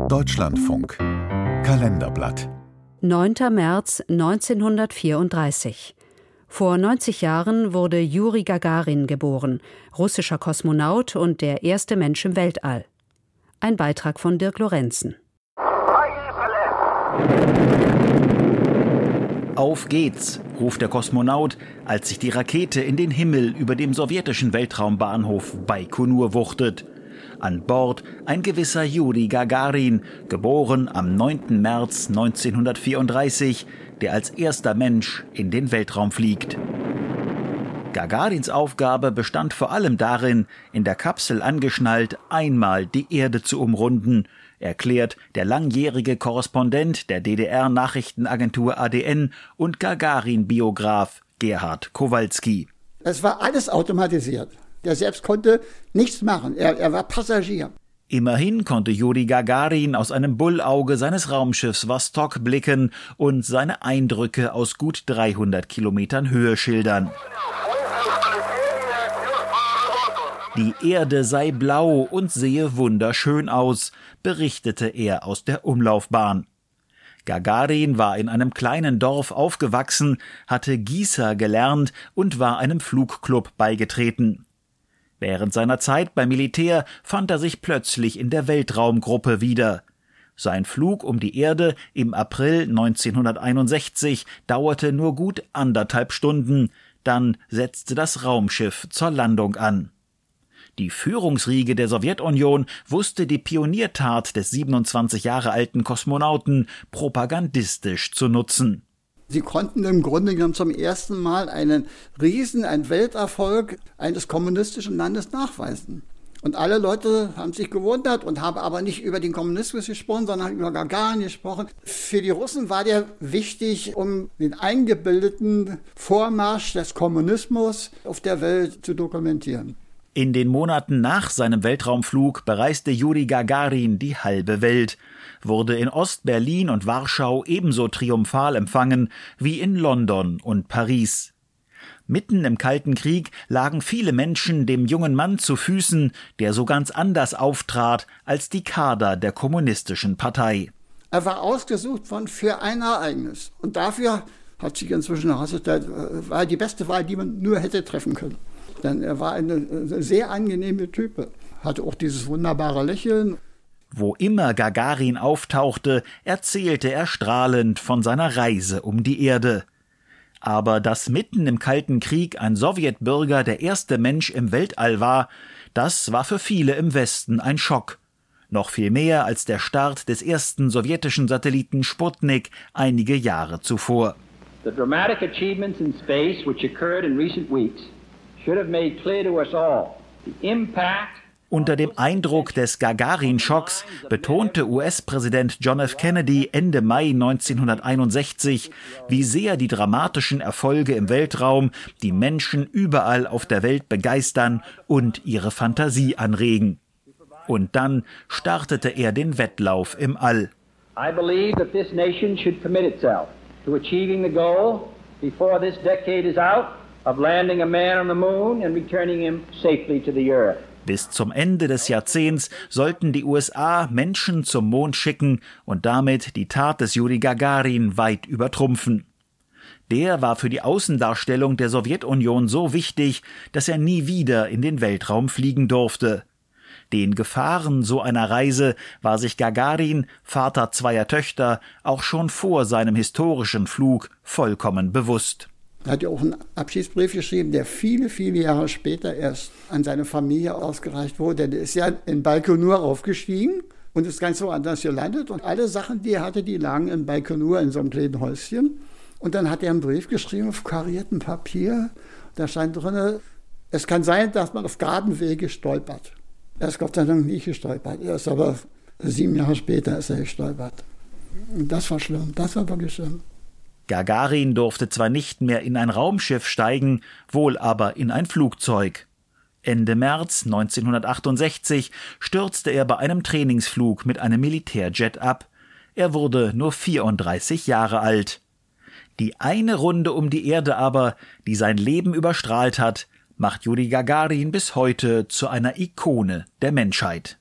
Deutschlandfunk Kalenderblatt 9. März 1934. Vor 90 Jahren wurde Juri Gagarin geboren, russischer Kosmonaut und der erste Mensch im Weltall. Ein Beitrag von Dirk Lorenzen. Auf geht's, ruft der Kosmonaut, als sich die Rakete in den Himmel über dem sowjetischen Weltraumbahnhof Baikonur wuchtet. An Bord ein gewisser Juri Gagarin, geboren am 9. März 1934, der als erster Mensch in den Weltraum fliegt. Gagarins Aufgabe bestand vor allem darin, in der Kapsel angeschnallt einmal die Erde zu umrunden, erklärt der langjährige Korrespondent der DDR-Nachrichtenagentur ADN und Gagarin-Biograf Gerhard Kowalski. Es war alles automatisiert. Der selbst konnte nichts machen. Er war Passagier. Immerhin konnte Juri Gagarin aus einem Bullauge seines Raumschiffs Vostok blicken und seine Eindrücke aus gut 300 Kilometern Höhe schildern. Die Erde sei blau und sehe wunderschön aus, berichtete er aus der Umlaufbahn. Gagarin war in einem kleinen Dorf aufgewachsen, hatte Gießer gelernt und war einem Flugclub beigetreten. Während seiner Zeit beim Militär fand er sich plötzlich in der Weltraumgruppe wieder. Sein Flug um die Erde im April 1961 dauerte nur gut 1,5 Stunden, dann setzte das Raumschiff zur Landung an. Die Führungsriege der Sowjetunion wusste die Pioniertat des 27 Jahre alten Kosmonauten propagandistisch zu nutzen. Sie konnten im Grunde genommen zum ersten Mal einen Welterfolg eines kommunistischen Landes nachweisen. Und alle Leute haben sich gewundert und haben aber nicht über den Kommunismus gesprochen, sondern über Gagarin gesprochen. Für die Russen war der wichtig, um den eingebildeten Vormarsch des Kommunismus auf der Welt zu dokumentieren. In den Monaten nach seinem Weltraumflug bereiste Juri Gagarin die halbe Welt, wurde in Ost-Berlin und Warschau ebenso triumphal empfangen wie in London und Paris. Mitten im Kalten Krieg lagen viele Menschen dem jungen Mann zu Füßen, der so ganz anders auftrat als die Kader der kommunistischen Partei. Er war ausgesucht worden für ein Ereignis. Und dafür hat sich inzwischen herausgestellt, war die beste Wahl, die man nur hätte treffen können. Denn er war eine sehr angenehme Type, hatte auch dieses wunderbare Lächeln. Wo immer Gagarin auftauchte, erzählte er strahlend von seiner Reise um die Erde. Aber dass mitten im Kalten Krieg ein Sowjetbürger der erste Mensch im Weltall war, das war für viele im Westen ein Schock. Noch viel mehr als der Start des ersten sowjetischen Satelliten Sputnik einige Jahre zuvor. The dramatic achievements in space which occurred in recent weeks should have made clear to us all the impact. Unter dem Eindruck des Gagarin-Schocks betonte US-Präsident John F. Kennedy Ende Mai 1961, wie sehr die dramatischen Erfolge im Weltraum die Menschen überall auf der Welt begeistern und ihre Fantasie anregen. Und dann startete er den Wettlauf im All. I believe that this nation should commit itself to achieving the goal before this decade is out of landing a man on the moon and returning him safely to the earth. Bis zum Ende des Jahrzehnts sollten die USA Menschen zum Mond schicken und damit die Tat des Juri Gagarin weit übertrumpfen. Der war für die Außendarstellung der Sowjetunion so wichtig, dass er nie wieder in den Weltraum fliegen durfte. Den Gefahren so einer Reise war sich Gagarin, Vater 2 Töchter, auch schon vor seinem historischen Flug vollkommen bewusst. Er hat ja auch einen Abschiedsbrief geschrieben, der viele, viele Jahre später erst an seine Familie ausgereicht wurde. Der ist ja in Baikonur aufgestiegen und ist ganz woanders gelandet. Und alle Sachen, die er hatte, die lagen in Baikonur in so einem kleinen Häuschen. Und dann hat er einen Brief geschrieben auf kariertem Papier. Da stand drin, es kann sein, dass man auf geraden Wege stolpert. Er ist Gott sei Dank nicht gestolpert. Er ist aber 7 Jahre später ist er gestolpert. Und das war schlimm, das war wirklich schlimm. Gagarin durfte zwar nicht mehr in ein Raumschiff steigen, wohl aber in ein Flugzeug. Ende März 1968 stürzte er bei einem Trainingsflug mit einem Militärjet ab. Er wurde nur 34 Jahre alt. Die eine Runde um die Erde aber, die sein Leben überstrahlt hat, macht Juri Gagarin bis heute zu einer Ikone der Menschheit.